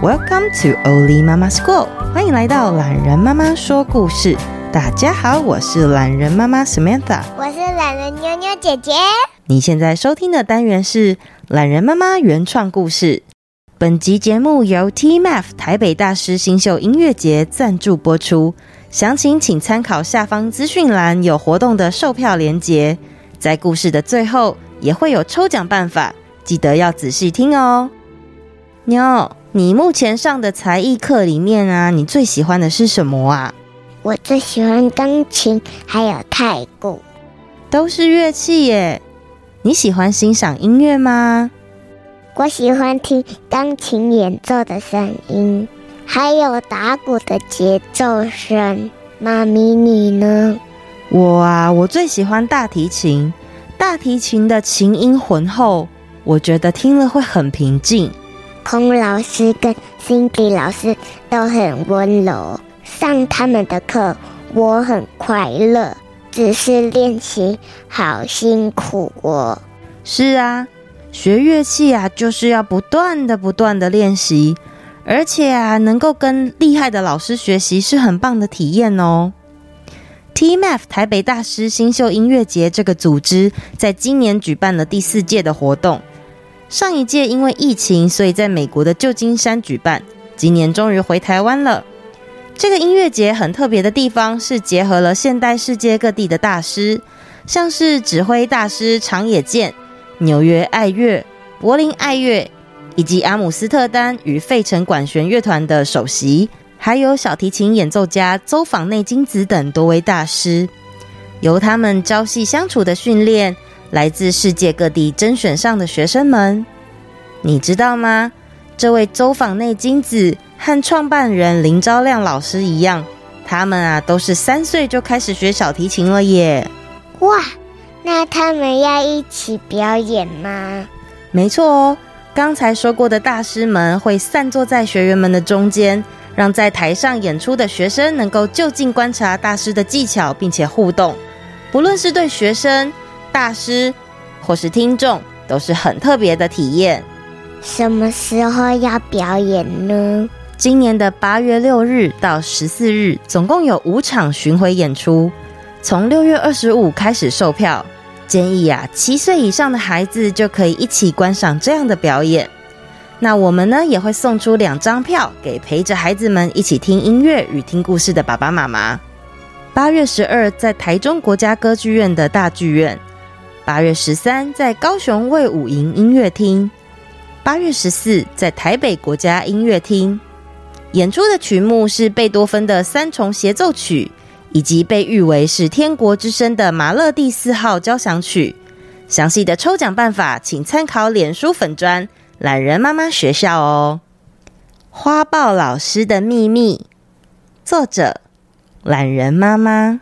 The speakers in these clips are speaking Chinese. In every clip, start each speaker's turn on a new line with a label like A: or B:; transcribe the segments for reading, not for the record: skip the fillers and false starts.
A: Welcome to Oli Mama School， 欢迎来到懒人妈妈说故事。大家好，我是懒人妈妈 Samantha，
B: 我是懒人妞妞姐姐。
A: 你现在收听的单元是懒人妈妈原创故事。本集节目由 TMAF 台北大师新秀音乐节赞助播出，详情请参考下方资讯栏有活动的售票连结。在故事的最后也会有抽奖办法，记得要仔细听哦。妞，你目前上的才艺课里面啊，你最喜欢的是什么啊？
B: 我最喜欢钢琴还有太鼓，
A: 都是乐器耶。你喜欢欣赏音乐吗？
B: 我喜欢听钢琴演奏的声音，还有打鼓的节奏声。妈咪你呢？
A: 我最喜欢大提琴。大提琴的琴音浑厚，我觉得听了会很平静。
B: 孔老师跟 Cindy 老师都很温柔，上他们的课我很快乐，只是练习好辛苦哦。
A: 是啊，学乐器啊，就是要不断的练习，而且啊，能够跟厉害的老师学习是很棒的体验哦。TMAF 台北大师新秀音乐节这个组织在今年举办了第4届的活动。上一届因为疫情，所以在美国的旧金山举办，今年终于回台湾了。这个音乐节很特别的地方是结合了现代世界各地的大师，像是指挥大师长野健、纽约爱乐、柏林爱乐，以及阿姆斯特丹与费城管弦乐团的首席，还有小提琴演奏家邹访内金子等多位大师，由他们朝夕相处的训练来自世界各地甄选上的学生们。你知道吗？这位邹访内金子和创办人林昭亮老师一样，他们啊都是3岁就开始学小提琴了耶。
B: 哇，那他们要一起表演吗？
A: 没错哦，刚才说过的大师们会散坐在学员们的中间，让在台上演出的学生能够就近观察大师的技巧，并且互动。不论是对学生、大师或是听众，都是很特别的体验。
B: 什么时候要表演呢？
A: 今年的8月6日到14日，总共有5场巡回演出，从6月25开始售票。建议啊，7岁以上的孩子就可以一起观赏这样的表演。那我们呢，也会送出2张票给陪着孩子们一起听音乐与听故事的爸爸妈妈。8月12在台中国家歌剧院的大剧院，8月13在高雄卫武营音乐厅，8月14在台北国家音乐厅。演出的曲目是贝多芬的3重协奏曲，以及被誉为是天国之声的马勒第4号交响曲。详细的抽奖办法请参考脸书粉专懒人妈妈学校哦。花豹老师的秘密，作者懒人妈妈。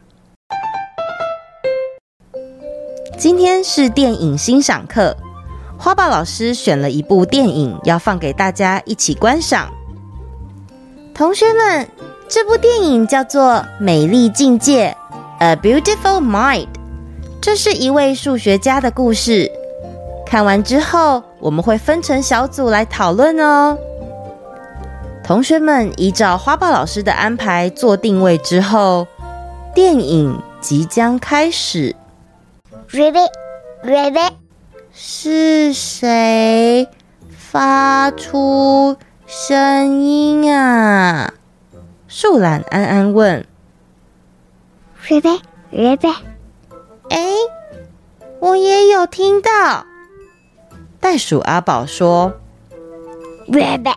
A: 今天是电影欣赏课，花豹老师选了一部电影要放给大家一起观赏。同学们，这部电影叫做《美丽境界》 A Beautiful Mind， 这是一位数学家的故事。看完之后，我们会分成小组来讨论哦。同学们依照花豹老师的安排做定位之后，电影即将开始。
B: Rabbit，
A: 是谁发出声音啊？树懒安安问。
B: Rabbit，
A: 我也有听到。袋鼠阿宝说
B: Rabbit，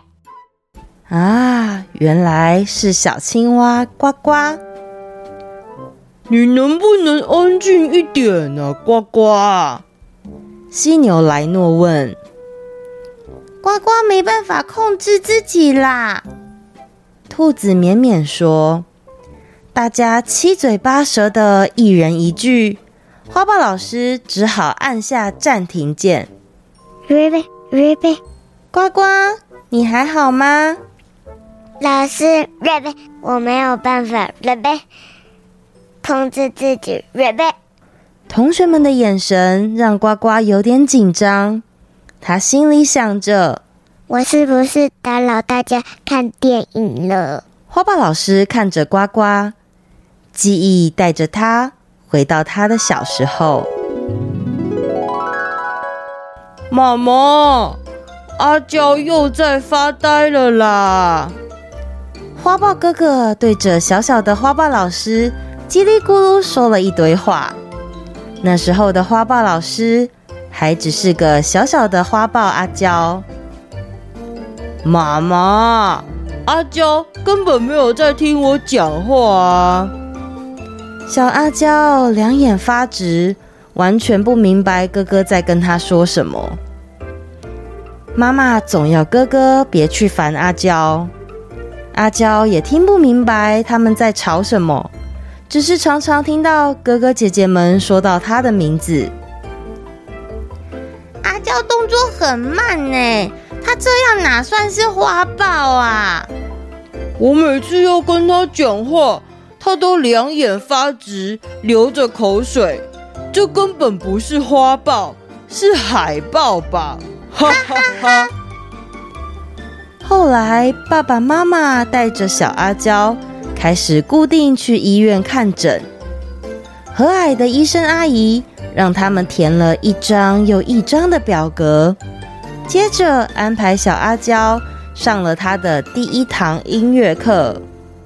A: 原来是小青蛙呱呱。你能不能安静一点啊，呱呱？犀牛莱诺问。呱呱没办法控制自己啦。兔子绵绵说。大家七嘴八舌的一人一句，花豹老师只好按下暂停键。
B: Rabbit，
A: 呱呱，你还好吗？
B: 老师 Rabbit， 我没有办法 Rabbit 控制自己 Rabbit。
A: 同学们的眼神让呱呱有点紧张，他心里想着，
B: 我是不是打扰大家看电影了？
A: 花豹老师看着呱呱，记忆带着他回到他的小时候。
C: 妈妈，阿娇又在发呆了啦！
A: 花豹哥哥对着小小的花豹老师叽里咕噜说了一堆话。那时候的花豹老师还只是个小小的花豹阿娇。
C: 妈妈，阿娇根本没有在听我讲话啊！
A: 小阿娇两眼发直，完全不明白哥哥在跟他说什么。妈妈总要哥哥别去烦阿娇，阿娇也听不明白他们在吵什么，只是常常听到哥哥姐姐们说到他的名字。
D: 阿娇动作很慢呢，她这样哪算是花豹啊？
C: 我每次要跟他讲话，他都两眼发直，流着口水。这根本不是花豹，是海豹吧？哈哈哈！
A: 后来爸爸妈妈带着小阿娇开始固定去医院看诊，和蔼的医生阿姨让他们填了一张又一张的表格，接着安排小阿娇上了她的第一堂音乐课。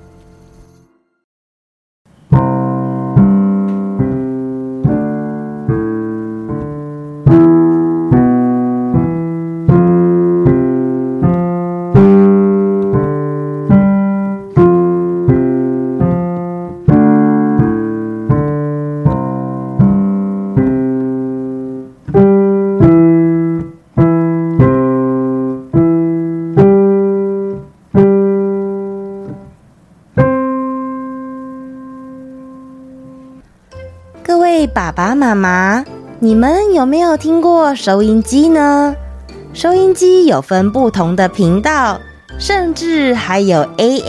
A: 各位爸爸妈妈，你们有没有听过收音机呢？收音机有分不同的频道，甚至还有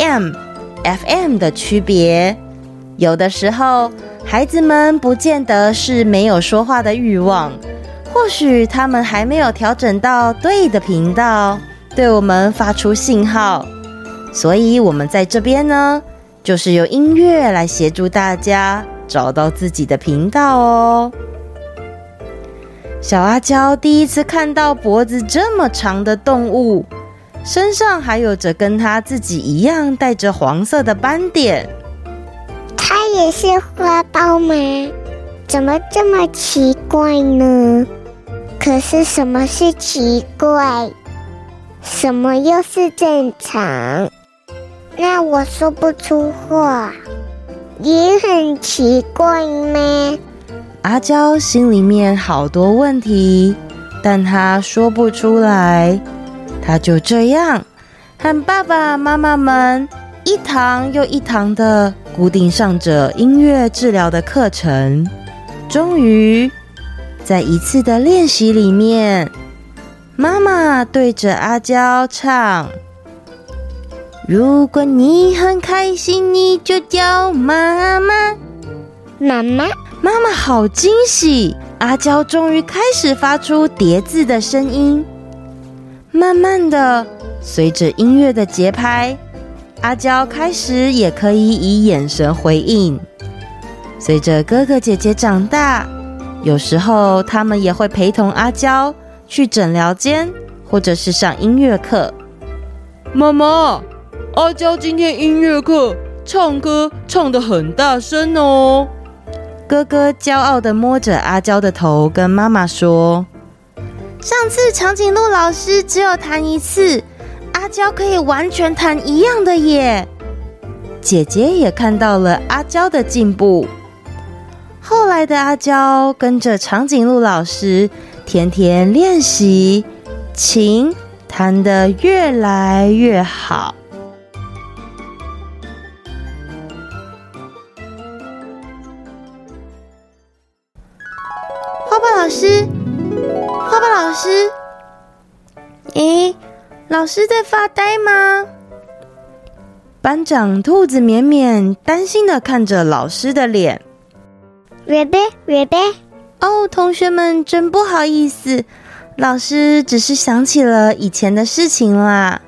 A: AM、FM 的区别。有的时候，孩子们不见得是没有说话的欲望，或许他们还没有调整到对的频道，对我们发出信号。所以我们在这边呢，就是用音乐来协助大家找到自己的频道哦。小阿娇第一次看到脖子这么长的动物，身上还有着跟她自己一样带着黄色的斑点。
B: 它也是花豹吗？怎么这么奇怪呢？可是什么是奇怪？什么又是正常？那我说不出话，也很奇怪吗？
A: 阿娇心里面好多问题，但她说不出来。她就这样和爸爸妈妈们一堂又一堂的固定上着音乐治疗的课程。终于在一次的练习里面，妈妈对着阿娇唱：如果你很开心，你就叫妈妈。
B: 妈妈，
A: 妈妈好惊喜，阿娇终于开始发出叠字的声音。慢慢的，随着音乐的节拍，阿娇开始也可以以眼神回应。随着哥哥姐姐长大，有时候他们也会陪同阿娇去诊疗间，或者是上音乐课。
C: 妈妈，阿娇今天音乐课唱歌唱得很大声哦。
A: 哥哥骄傲地摸着阿娇的头，跟妈妈说：
D: 上次长颈鹿老师只有弹一次，阿娇可以完全弹一样的耶。
A: 姐姐也看到了阿娇的进步。后来的阿娇跟着长颈鹿老师天天练习，琴弹得越来越好。
D: 花豹老师，花豹老师，诶，老师在发呆吗？
A: 班长兔子绵绵担心地看着老师的脸。
B: 瑞贝，
D: 哦，同学们真不好意思，
A: 老师只是想起了以前的事情啦。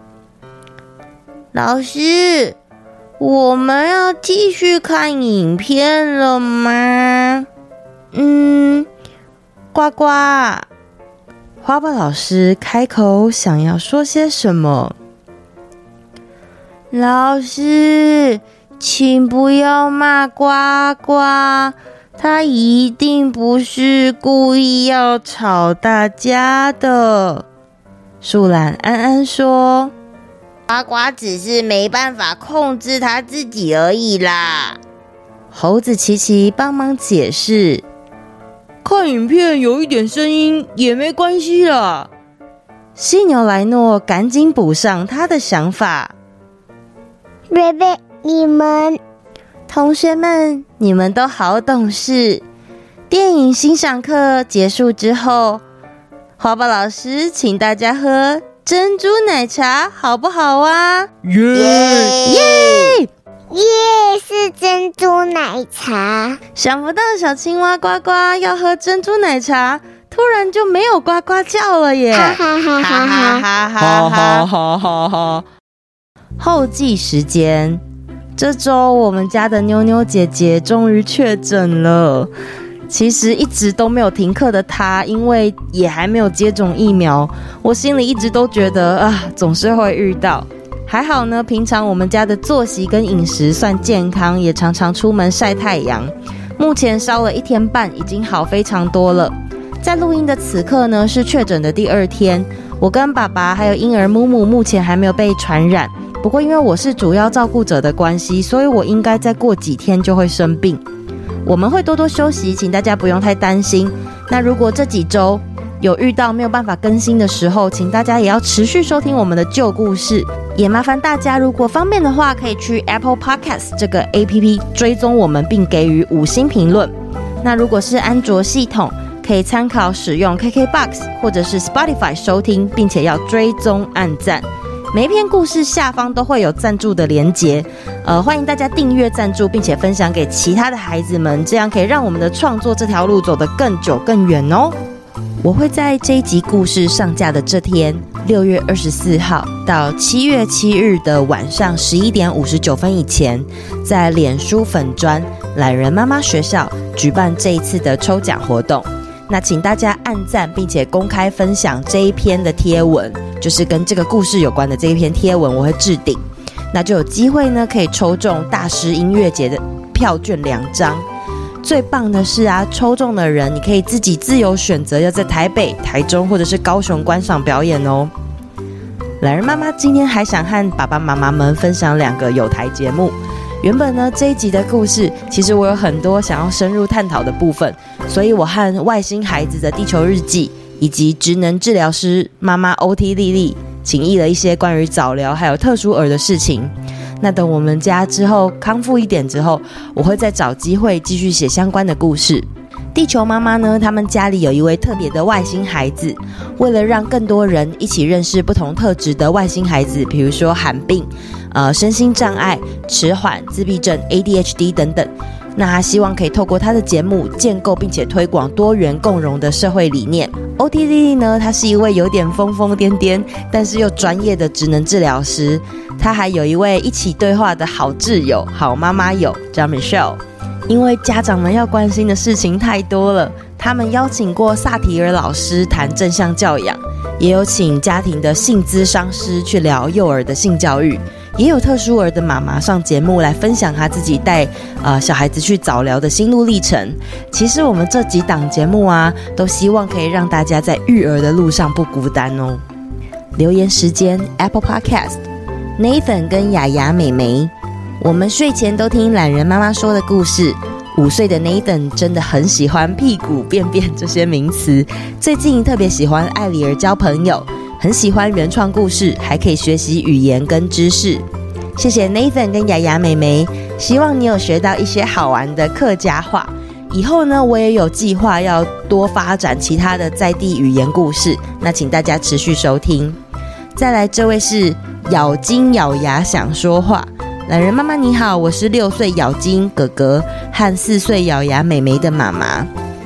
D: 老师，我们要继续看影片了吗？
A: 呱呱。花豹老师开口想要说些什么。
D: 老师，请不要骂呱呱，他一定不是故意要吵大家的。
A: 树懒安安说，
D: 呱呱只是没办法控制他自己而已啦。
A: 猴子琪琪帮忙解释，
C: 看影片有一点声音也没关系啦。
A: 犀牛莱诺赶紧补上他的想法。
B: 瑞贝，
A: 同学们，你们都好懂事。电影欣赏课结束之后，花豹老师请大家喝珍珠奶茶，好不好啊？
B: 耶！是珍珠奶茶。
A: 想不到小青蛙呱呱要喝珍珠奶茶，突然就没有呱呱叫了耶！
B: 哈哈哈哈哈
C: 哈哈哈哈哈！
A: 后记时间，这周我们家的妞妞姐姐终于确诊了。其实一直都没有停课的她，因为也还没有接种疫苗，我心里一直都觉得总是会遇到。还好呢，平常我们家的作息跟饮食算健康，也常常出门晒太阳。目前烧了1天半，已经好非常多了。在录音的此刻呢，是确诊的第2天，我跟爸爸还有婴儿木木目前还没有被传染。不过因为我是主要照顾者的关系，所以我应该再过几天就会生病。我们会多多休息，请大家不用太担心。那如果这几周有遇到没有办法更新的时候，请大家也要持续收听我们的旧故事。也麻烦大家如果方便的话，可以去 Apple Podcast 这个 APP 追踪我们并给予5星评论。那如果是安卓系统，可以参考使用 KKBOX 或者是 Spotify 收听，并且要追踪按赞。每一篇故事下方都会有赞助的连结，欢迎大家订阅赞助，并且分享给其他的孩子们，这样可以让我们的创作这条路走得更久更远哦。我会在这一集故事上架的这天，6月24号到7月7日的晚上11点59分以前，在脸书粉专懒人妈妈学校举办这一次的抽奖活动。那请大家按赞并且公开分享这一篇的贴文，就是跟这个故事有关的这一篇贴文，我会置顶，那就有机会呢可以抽中大师音乐节的票券2张。最棒的是抽中的人你可以自己自由选择要在台北、台中或者是高雄观赏表演哦。懒人妈妈今天还想和爸爸妈妈们分享2个有台节目。原本呢这一集的故事，其实我有很多想要深入探讨的部分，所以我和外星孩子的地球日记以及职能治疗师妈妈 OT 丽丽请益了一些关于早疗还有特殊儿的事情。那等我们家之后康复一点之后，我会再找机会继续写相关的故事。地球妈妈呢，他们家里有一位特别的外星孩子，为了让更多人一起认识不同特质的外星孩子，比如说罕病、身心障碍、迟缓、自闭症、ADHD 等等，那他希望可以透过他的节目建构并且推广多元共融的社会理念。OT 丽丽呢，她是一位有点疯疯癫癫但是又专业的职能治疗师，她还有一位一起对话的好挚友、好妈妈友叫 Michelle。因为家长们要关心的事情太多了，他们邀请过萨提尔老师谈正向教养，也有请家庭的性咨商师去聊幼儿的性教育，也有特殊儿的妈妈上节目来分享她自己带小孩子去早疗的心路历程。其实我们这几档节目都希望可以让大家在育儿的路上不孤单哦。留言时间 Apple Podcast Nathan 跟雅雅美眉，我们睡前都听懒人妈妈说的故事。5岁的 Nathan 真的很喜欢屁股、便便这些名词，最近特别喜欢艾里儿交朋友，很喜欢原创故事，还可以学习语言跟知识。谢谢 Nathan 跟雅雅美眉，希望你有学到一些好玩的客家话。以后呢，我也有计划要多发展其他的在地语言故事，那请大家持续收听。再来，这位是咬金咬牙想说话。懒人妈妈你好，我是6岁咬金哥哥和4岁咬牙妹妹的妈妈。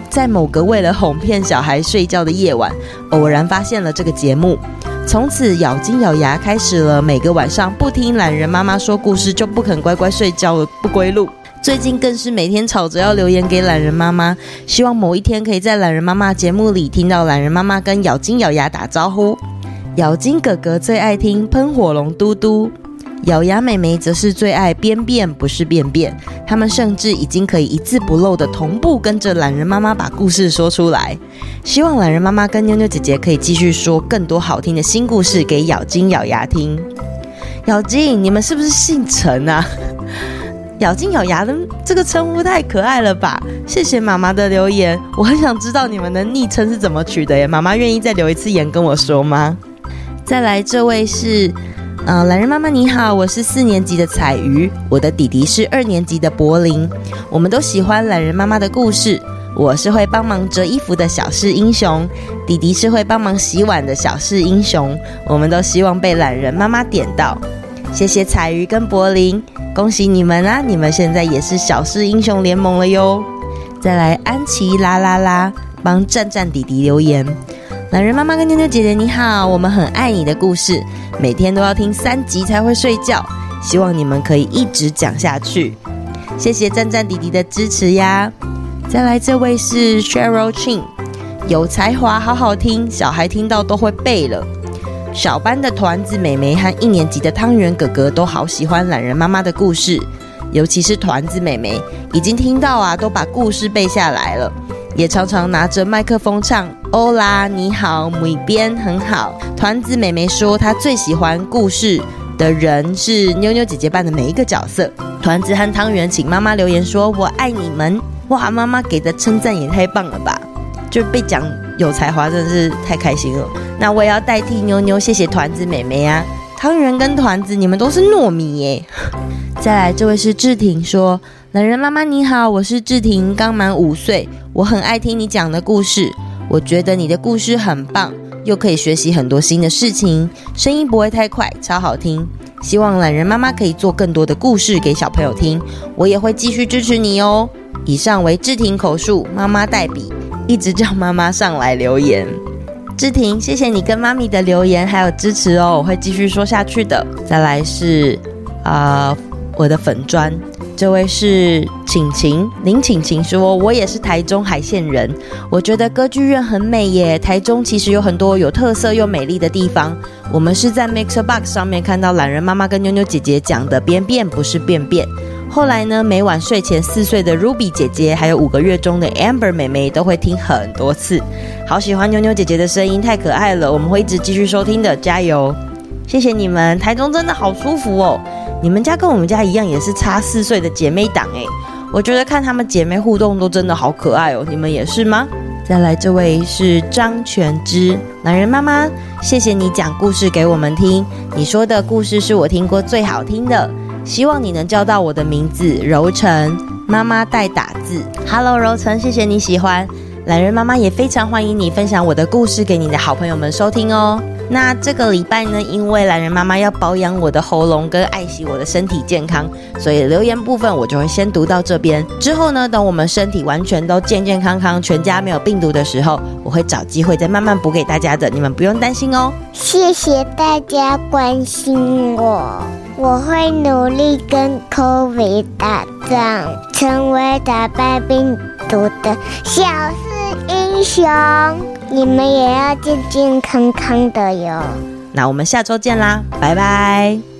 A: 在某个为了哄骗小孩睡觉的夜晚，偶然发现了这个节目，从此咬金咬牙开始了每个晚上不听懒人妈妈说故事就不肯乖乖睡觉的不归路。最近更是每天吵着要留言给懒人妈妈，希望某一天可以在懒人妈妈节目里听到懒人妈妈跟咬金咬牙打招呼。咬金哥哥最爱听喷火龙嘟嘟，咬牙妹妹则是最爱边变不是便便，他们甚至已经可以一字不漏的同步跟着懒人妈妈把故事说出来。希望懒人妈妈跟妞妞姐姐可以继续说更多好听的新故事给咬金咬牙听。咬金，你们是不是姓陈啊？咬金咬牙的这个称呼太可爱了吧，谢谢妈妈的留言，我很想知道你们的昵称是怎么取的耶，妈妈愿意再留一次言跟我说吗？再来这位是懒人妈妈你好，我是4年级的彩鱼，我的弟弟是2年级的柏林，我们都喜欢懒人妈妈的故事，我是会帮忙折衣服的小事英雄，弟弟是会帮忙洗碗的小事英雄，我们都希望被懒人妈妈点到。谢谢彩鱼跟柏林，恭喜你们啊，你们现在也是小事英雄联盟了哟。再来安琪啦啦啦帮战战弟弟留言，懒人妈妈跟妞妞姐姐你好，我们很爱你的故事，每天都要听3集才会睡觉，希望你们可以一直讲下去。谢谢战战弟弟的支持呀。再来这位是 Cheryl Chin， 有才华好好听，小孩听到都会背了。小班的团子妹妹和1年级的汤圆哥哥都好喜欢懒人妈妈的故事，尤其是团子妹妹已经听到啊都把故事背下来了，也常常拿着麦克风唱欧啦你好muy bien很好。团子妹妹说她最喜欢故事的人是妞妞姐姐扮的每一个角色。团子和汤圆请妈妈留言说我爱你们，哇，妈妈给的称赞也太棒了吧，就被讲有才华真的是太开心了。那我也要代替妞妞谢谢团子妹妹啊，汤圆跟团子你们都是糯米耶。再来这位是志婷说，懒人妈妈你好，我是志婷，刚满5岁，我很爱听你讲的故事，我觉得你的故事很棒，又可以学习很多新的事情，声音不会太快，超好听，希望懒人妈妈可以做更多的故事给小朋友听，我也会继续支持你哦。以上为志婷口述，妈妈代笔，一直叫妈妈上来留言。志婷，谢谢你跟妈咪的留言还有支持哦，我会继续说下去的。再来是我的粉专，这位是林晴晴说，我也是台中海线人，我觉得歌剧院很美耶，台中其实有很多有特色又美丽的地方，我们是在 Mixerbox 上面看到懒人妈妈跟妞妞姐姐讲的边变不是便便，后来呢，每晚睡前4岁的 Ruby 姐姐还有5个月中的 Amber 妹妹都会听很多次，好喜欢妞妞姐姐的声音，太可爱了，我们会一直继续收听的，加油！谢谢你们，台中真的好舒服哦，你们家跟我们家一样也是差4岁的姐妹档耶，我觉得看她们姐妹互动都真的好可爱哦，你们也是吗？再来这位是张全之，懒人妈妈，谢谢你讲故事给我们听，你说的故事是我听过最好听的，希望你能叫到我的名字柔晨，妈妈代打字。Hello 柔晨，谢谢你喜欢懒人妈妈，也非常欢迎你分享我的故事给你的好朋友们收听哦。那这个礼拜呢，因为懒人妈妈要保养我的喉咙跟爱惜我的身体健康，所以留言部分我就会先读到这边，之后呢，等我们身体完全都健健康康，全家没有病毒的时候，我会找机会再慢慢补给大家的，你们不用担心哦。
B: 谢谢大家关心我，我会努力跟 COVID 打仗，成为打败病毒的小事英雄。你们也要健健康康的哟。
A: 那我们下周见啦，拜拜。